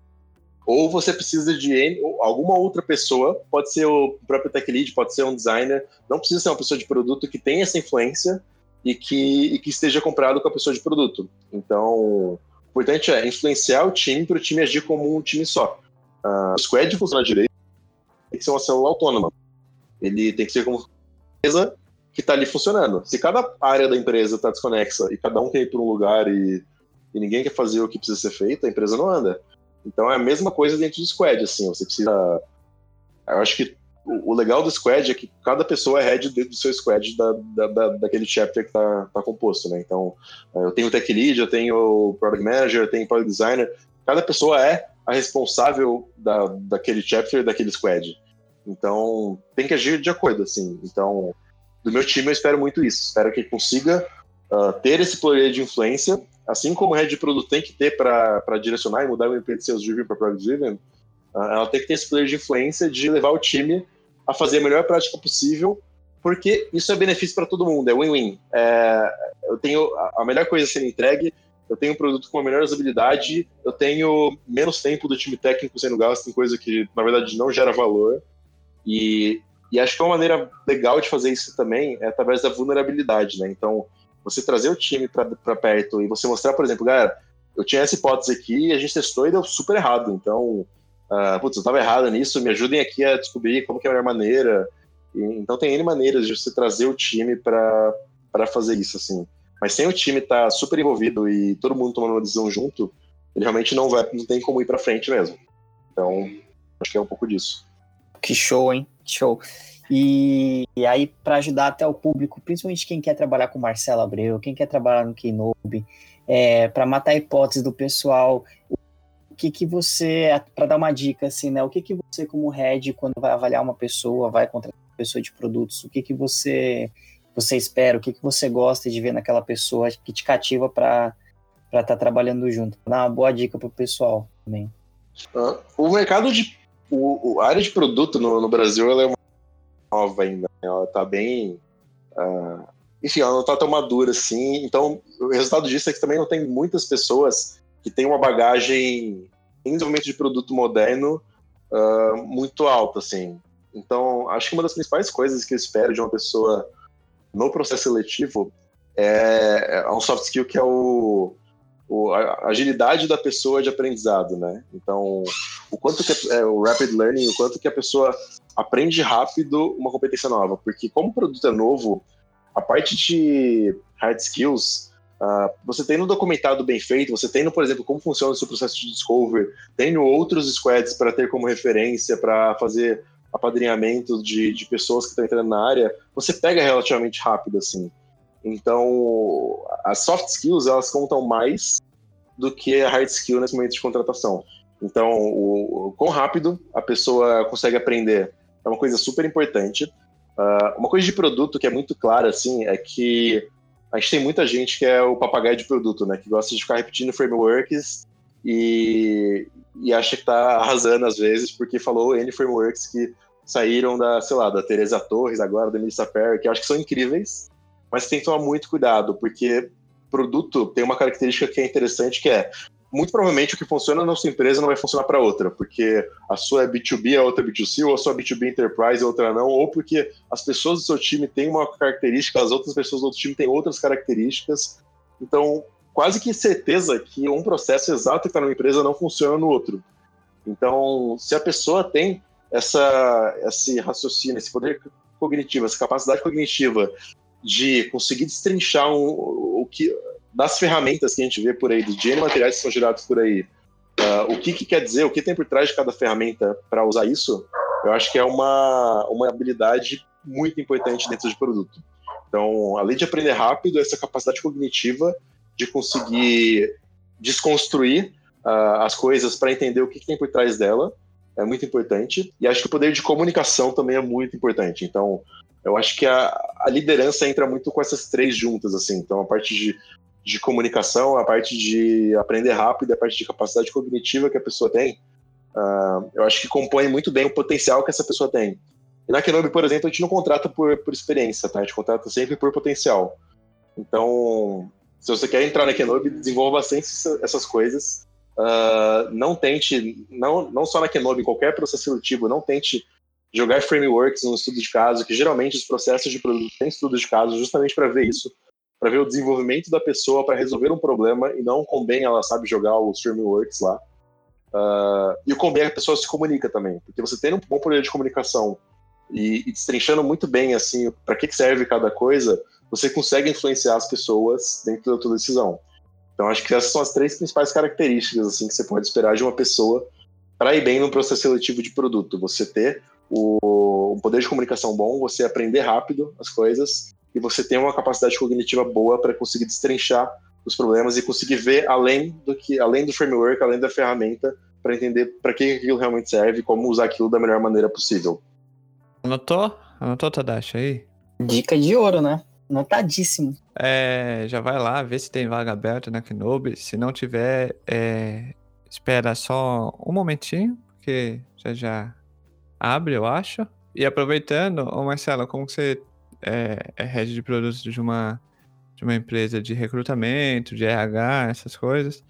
ou você precisa de alguma outra pessoa, pode ser o próprio tech lead, pode ser um designer, não precisa ser uma pessoa de produto que tenha essa influência e que esteja comprado com a pessoa de produto. Então, o importante é influenciar o time para o time agir como um time só. O squad funcionar direito tem que ser uma célula autônoma. Ele tem que ser como uma empresa que está ali funcionando. Se cada área da empresa está desconexa e cada um quer ir para um lugar e ninguém quer fazer o que precisa ser feito, a empresa não anda. Então é a mesma coisa dentro do squad, assim, você precisa... Eu acho que o legal do squad é que cada pessoa é head dentro do seu squad daquele chapter que tá composto, né? Então, eu tenho o tech lead, eu tenho o product manager, eu tenho o product designer, cada pessoa é a responsável daquele chapter, daquele squad. Então, tem que agir de acordo, assim. Então, do meu time eu espero muito isso, espero que ele consiga ter esse poder de influência, assim como o head de produto tem que ter para direcionar e mudar o MP de sales driven para product driven, ela tem que ter esse poder de influência de levar o time a fazer a melhor prática possível, porque isso é benefício para todo mundo, é win-win. Eu tenho a melhor coisa sendo entregue, eu tenho um produto com a melhor usabilidade, eu tenho menos tempo do time técnico sendo gasto em coisa que, na verdade, não gera valor, e acho que uma maneira legal de fazer isso também é através da vulnerabilidade, né? Então, você trazer o time para perto e você mostrar, por exemplo, galera, eu tinha essa hipótese aqui e a gente testou e deu super errado, então, eu estava errado nisso, me ajudem aqui a descobrir como que é a melhor maneira. Então tem N maneiras de você trazer o time para fazer isso, assim. Mas sem o time estar super envolvido e todo mundo tomando uma decisão junto, ele realmente não tem como ir para frente mesmo. Então, acho que é um pouco disso. Que show, hein? Show. E aí, para ajudar até o público, principalmente quem quer trabalhar com Marcelo Abreu, quem quer trabalhar no Keynote, para matar a hipótese do pessoal, o que você, para dar uma dica, assim, né? O que você, como head, quando vai avaliar uma pessoa, vai contratar uma pessoa de produtos, o que você espera, o que você gosta de ver naquela pessoa que te cativa para estar trabalhando junto? Dá uma boa dica para o pessoal também. O mercado a área de produto no Brasil, ela é uma nova ainda, né? Ela tá bem... enfim, ela não tá tão madura assim, então o resultado disso é que também não tem muitas pessoas que têm uma bagagem em desenvolvimento de produto moderno muito alta, assim. Então, acho que uma das principais coisas que eu espero de uma pessoa no processo seletivo é um soft skill que é a agilidade da pessoa de aprendizado, né? Então, o quanto que o rapid learning, o quanto que a pessoa aprende rápido uma competência nova, porque como o produto é novo, a parte de hard skills, você tendo documentado bem feito, você tendo, por exemplo, como funciona o seu processo de discovery, tendo outros squads para ter como referência, para fazer apadrinhamento de pessoas que estão entrando na área, você pega relativamente rápido, assim. Então, as soft skills, elas contam mais do que a hard skill nesse momento de contratação. Então, o quão rápido a pessoa consegue aprender é uma coisa super importante. Uma coisa de produto que é muito clara, assim, é que a gente tem muita gente que é o papagaio de produto, né? Que gosta de ficar repetindo frameworks e acha que tá arrasando às vezes, porque falou N frameworks que saíram da Teresa Torres agora, da Melissa Perry, que eu acho que são incríveis, mas tem que tomar muito cuidado, porque produto tem uma característica que é interessante, que é, muito provavelmente o que funciona na sua empresa não vai funcionar para outra, porque a sua é B2B, a outra é B2C, ou a sua é B2B Enterprise, a outra não, ou porque as pessoas do seu time têm uma característica, as outras pessoas do outro time têm outras características. Então, quase que certeza que um processo exato que está numa empresa não funciona no outro. Então, se a pessoa tem esse raciocínio, esse poder cognitivo, essa capacidade cognitiva de conseguir destrinchar o que, das ferramentas que a gente vê por aí, de N materiais que são gerados por aí, o que quer dizer, o que tem por trás de cada ferramenta para usar isso, eu acho que é uma habilidade muito importante dentro de produto. Então, além de aprender rápido, essa capacidade cognitiva de conseguir desconstruir as coisas para entender o que tem por trás dela é muito importante. E acho que o poder de comunicação também é muito importante. Então, eu acho que a liderança entra muito com essas três juntas, assim. Então, a parte de comunicação, a parte de aprender rápido, a parte de capacidade cognitiva que a pessoa tem, eu acho que compõe muito bem o potencial que essa pessoa tem. E na Kenobi, por exemplo, a gente não contrata por experiência, tá? A gente contrata sempre por potencial. Então, se você quer entrar na Kenobi, desenvolva bastante essas coisas. Não tente, não só na Kenobi, em qualquer processo seletivo, não tente jogar frameworks no estudo de caso, que geralmente os processos de produto têm estudo de caso justamente para ver isso, para ver o desenvolvimento da pessoa para resolver um problema e não com bem ela sabe jogar os frameworks lá. E o com bem a pessoa se comunica também, porque você tendo um bom poder de comunicação e destrinchando muito bem assim para que serve cada coisa, você consegue influenciar as pessoas dentro da tua decisão. Então acho que essas são as três principais características assim que você pode esperar de uma pessoa para ir bem no processo seletivo de produto. Você ter um poder de comunicação bom, você aprender rápido as coisas e você ter uma capacidade cognitiva boa para conseguir destrinchar os problemas e conseguir ver além do framework, além da ferramenta, para entender para que aquilo realmente serve e como usar aquilo da melhor maneira possível. Anotou? Anotou, Tadashi, aí? Dica de ouro, né? Notadíssimo. Já vai lá, vê se tem vaga aberta na Kenobi. Se não tiver, espera só um momentinho, porque já abre, eu acho. E aproveitando, Marcelo, como você é head de produtos de uma empresa de recrutamento, de RH, essas coisas,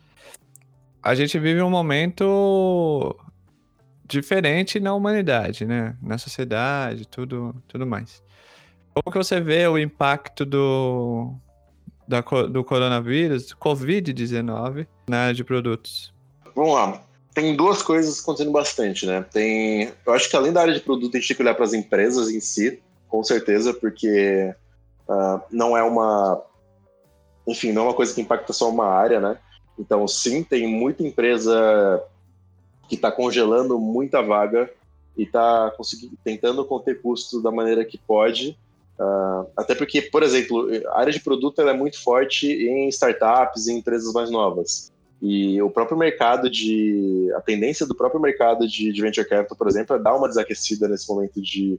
a gente vive um momento diferente na humanidade, né? Na sociedade, tudo mais. Como que você vê o impacto do coronavírus, Covid-19, na área de produtos? Vamos lá. Tem duas coisas acontecendo bastante, né? Eu acho que além da área de produto, a gente tem que olhar para as empresas em si, com certeza, porque não é uma coisa que impacta só uma área, né? Então, sim, tem muita empresa que está congelando muita vaga e está tentando conter custos da maneira que pode. Até porque, por exemplo, a área de produto ela é muito forte em startups, em empresas mais novas. E o próprio mercado a tendência do próprio mercado de venture capital, por exemplo, é dar uma desaquecida nesse momento de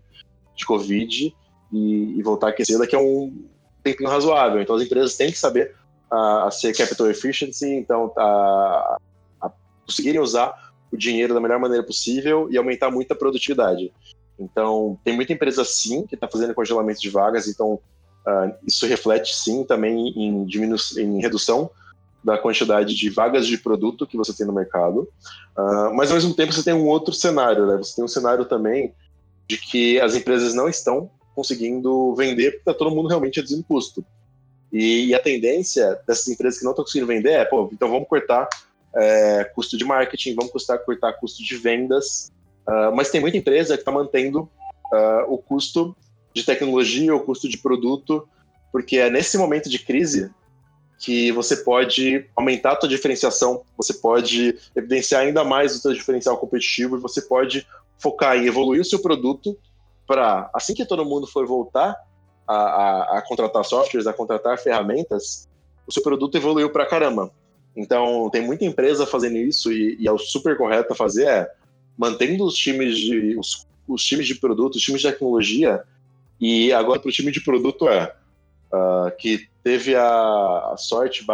Covid e voltar a aquecer daqui a um tempinho razoável. Então, as empresas têm que saber a ser capital efficiency, então a conseguirem usar o dinheiro da melhor maneira possível e aumentar muito a produtividade. Então, tem muita empresa, sim, que está fazendo congelamento de vagas, então isso reflete, sim, também em redução da quantidade de vagas de produto que você tem no mercado. Mas, ao mesmo tempo, você tem um outro cenário, né? Você tem um cenário também de que as empresas não estão conseguindo vender porque está todo mundo realmente reduzindo custo. E a tendência dessas empresas que não estão conseguindo vender então vamos cortar custo de marketing, vamos cortar custo de vendas. Mas tem muita empresa que está mantendo o custo de tecnologia, o custo de produto, porque é nesse momento de crise que você pode aumentar a tua diferenciação, você pode evidenciar ainda mais o teu diferencial competitivo e você pode focar em evoluir o seu produto para, assim que todo mundo for voltar a contratar softwares, a contratar ferramentas, o seu produto evoluiu pra caramba. Então, tem muita empresa fazendo isso e é o super correto a fazer mantendo os times de produto, os times de tecnologia, e agora para o time de produto que teve a sorte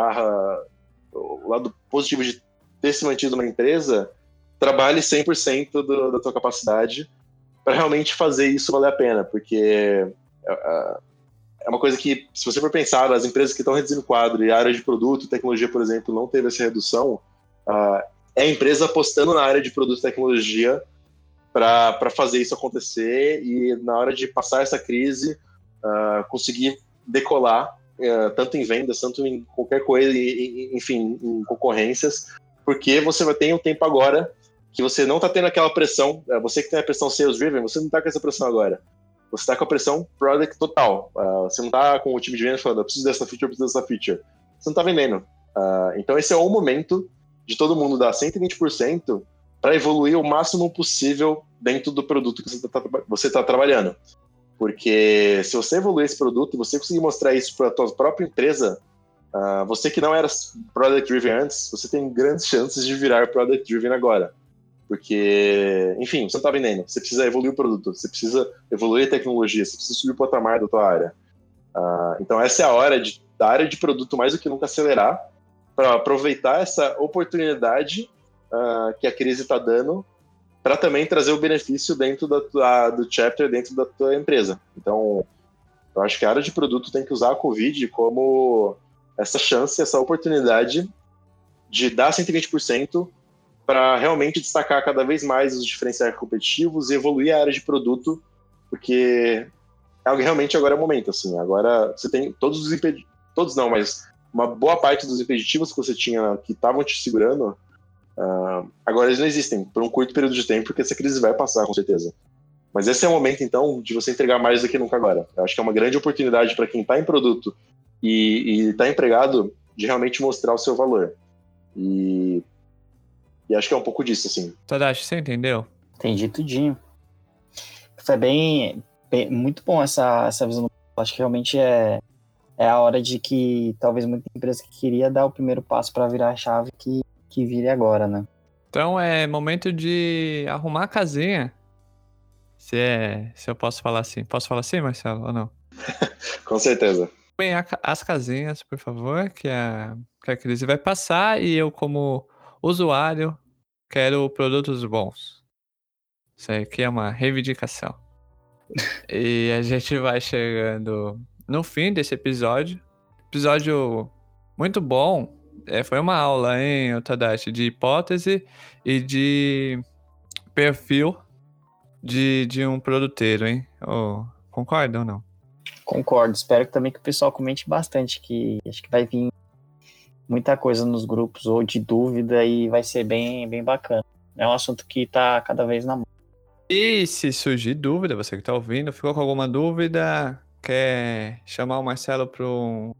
o lado positivo de ter se mantido uma empresa, trabalhe 100% da tua capacidade para realmente fazer isso valer a pena, porque é uma coisa que, se você for pensar, as empresas que estão reduzindo quadro e a área de produto, tecnologia, por exemplo, não teve essa redução, é a empresa apostando na área de produto e tecnologia para fazer isso acontecer e, na hora de passar essa crise, conseguir decolar, tanto em vendas, tanto em qualquer coisa, enfim, em concorrências, porque você vai ter um tempo agora que você não está tendo aquela pressão, você que tem a pressão sales-driven, você não está com essa pressão agora. Você está com a pressão product total. Você não está com o time de vendas falando, eu preciso dessa feature, eu preciso dessa feature. Você não está vendendo. Então esse é o momento de todo mundo dar 120% para evoluir o máximo possível dentro do produto que você está trabalhando. Porque se você evoluir esse produto e você conseguir mostrar isso para a tua própria empresa, você que não era product-driven antes, você tem grandes chances de virar product-driven agora. Porque, enfim, você não está vendendo, você precisa evoluir o produto, você precisa evoluir a tecnologia, você precisa subir o patamar da tua área. Então essa é a hora da área de produto mais do que nunca acelerar para aproveitar essa oportunidade que a crise está dando para também trazer o benefício dentro do chapter, dentro da tua empresa. Então, eu acho que a área de produto tem que usar a Covid como essa chance, essa oportunidade de dar 120% para realmente destacar cada vez mais os diferenciais competitivos e evoluir a área de produto, porque realmente agora é o momento, assim. Agora você tem todos os todos não, mas uma boa parte dos impeditivos que você tinha que estavam te segurando, agora eles não existem por um curto período de tempo, porque essa crise vai passar, com certeza. Mas esse é o momento, então, de você entregar mais do que nunca agora. Eu acho que é uma grande oportunidade para quem está em produto e está empregado de realmente mostrar o seu valor. E acho que é um pouco disso, assim. Tadashi, você entendeu? Entendi tudinho. Foi muito bom essa visão. Acho que realmente é a hora de que talvez muita empresa que queria dar o primeiro passo para virar a chave que vire agora, né? Então é momento de arrumar a casinha. Se eu posso falar assim. Posso falar assim, Marcelo, ou não? Com certeza. Bem, as casinhas, por favor, que a crise vai passar e eu, como usuário, quero produtos bons. Isso aqui é uma reivindicação. E a gente vai chegando no fim desse episódio. Episódio muito bom. Foi uma aula, hein, Tadashi, de hipótese e de perfil de um produteiro, hein? Concorda ou não? Concordo. Espero também que o pessoal comente bastante, que acho que vai vir muita coisa nos grupos ou de dúvida e vai ser bem, bem bacana. É um assunto que está cada vez na mão. E se surgir dúvida, você que está ouvindo, ficou com alguma dúvida, quer chamar o Marcelo para um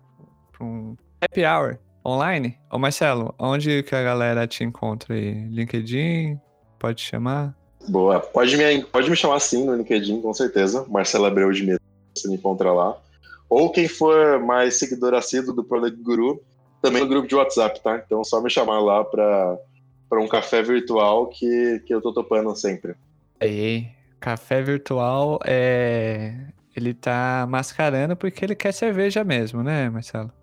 happy hour online? Ô Marcelo, onde que a galera te encontra aí? LinkedIn? Pode chamar? Boa. Pode me chamar sim no LinkedIn, com certeza. Marcelo Abreu de Mesa, você me encontra lá. Ou quem for mais seguidor assíduo do Product Guru, também no grupo de WhatsApp, tá? Então é só me chamar lá para um café virtual que eu tô topando sempre. Aí, café virtual, ele tá mascarando porque ele quer cerveja mesmo, né, Marcelo?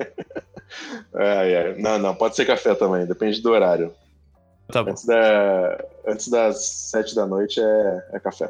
Não, pode ser café também, depende do horário. Tá bom. Antes das 7 da noite é café.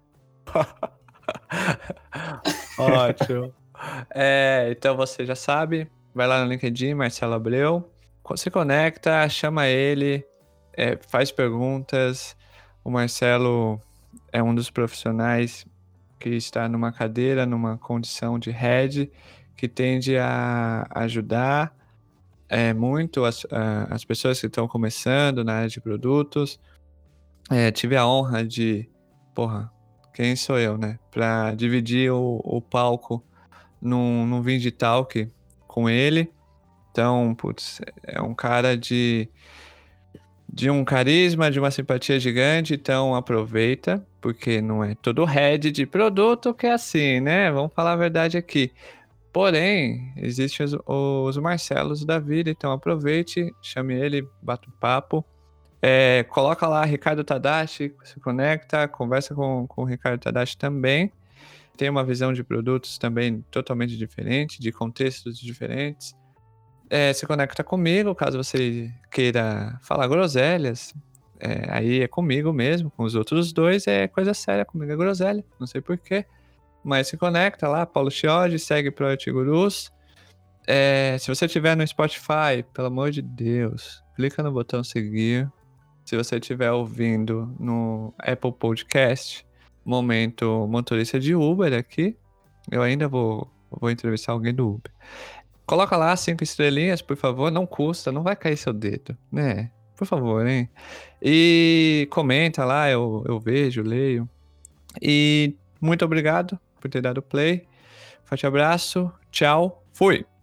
Ótimo. Então você já sabe, vai lá no LinkedIn, Marcelo Abreu, se conecta, chama ele, faz perguntas. O Marcelo é um dos profissionais que está numa cadeira, numa condição de head, que tende a ajudar muito as pessoas que estão começando na área de produtos. Tive a honra de... quem sou eu, né? Para dividir o palco num Vindy Talk com ele. Então, é um cara de um carisma, de uma simpatia gigante, então aproveita, porque não é todo head de produto que é assim, né? Vamos falar a verdade aqui. Porém, existem os Marcelos da vida, então aproveite, chame ele, bata um papo. Coloca lá Ricardo Tadashi, se conecta, conversa com o Ricardo Tadashi também. Tem uma visão de produtos também totalmente diferente, de contextos diferentes. Se conecta comigo, caso você queira falar groselhas, aí é comigo mesmo, com os outros dois é coisa séria, comigo é groselha, não sei porquê. mas se conecta lá, Paulo Chiodi, segue Project Gurus. Se você estiver no Spotify, pelo amor de Deus, clica no botão seguir. Se você estiver ouvindo no Apple Podcast, momento motorista de Uber aqui, eu ainda vou entrevistar alguém do Uber. Coloca lá 5 estrelinhas, por favor, não custa, não vai cair seu dedo, né? Por favor, hein? E comenta lá, eu vejo, leio. E muito obrigado por ter dado play. Forte abraço, tchau, fui!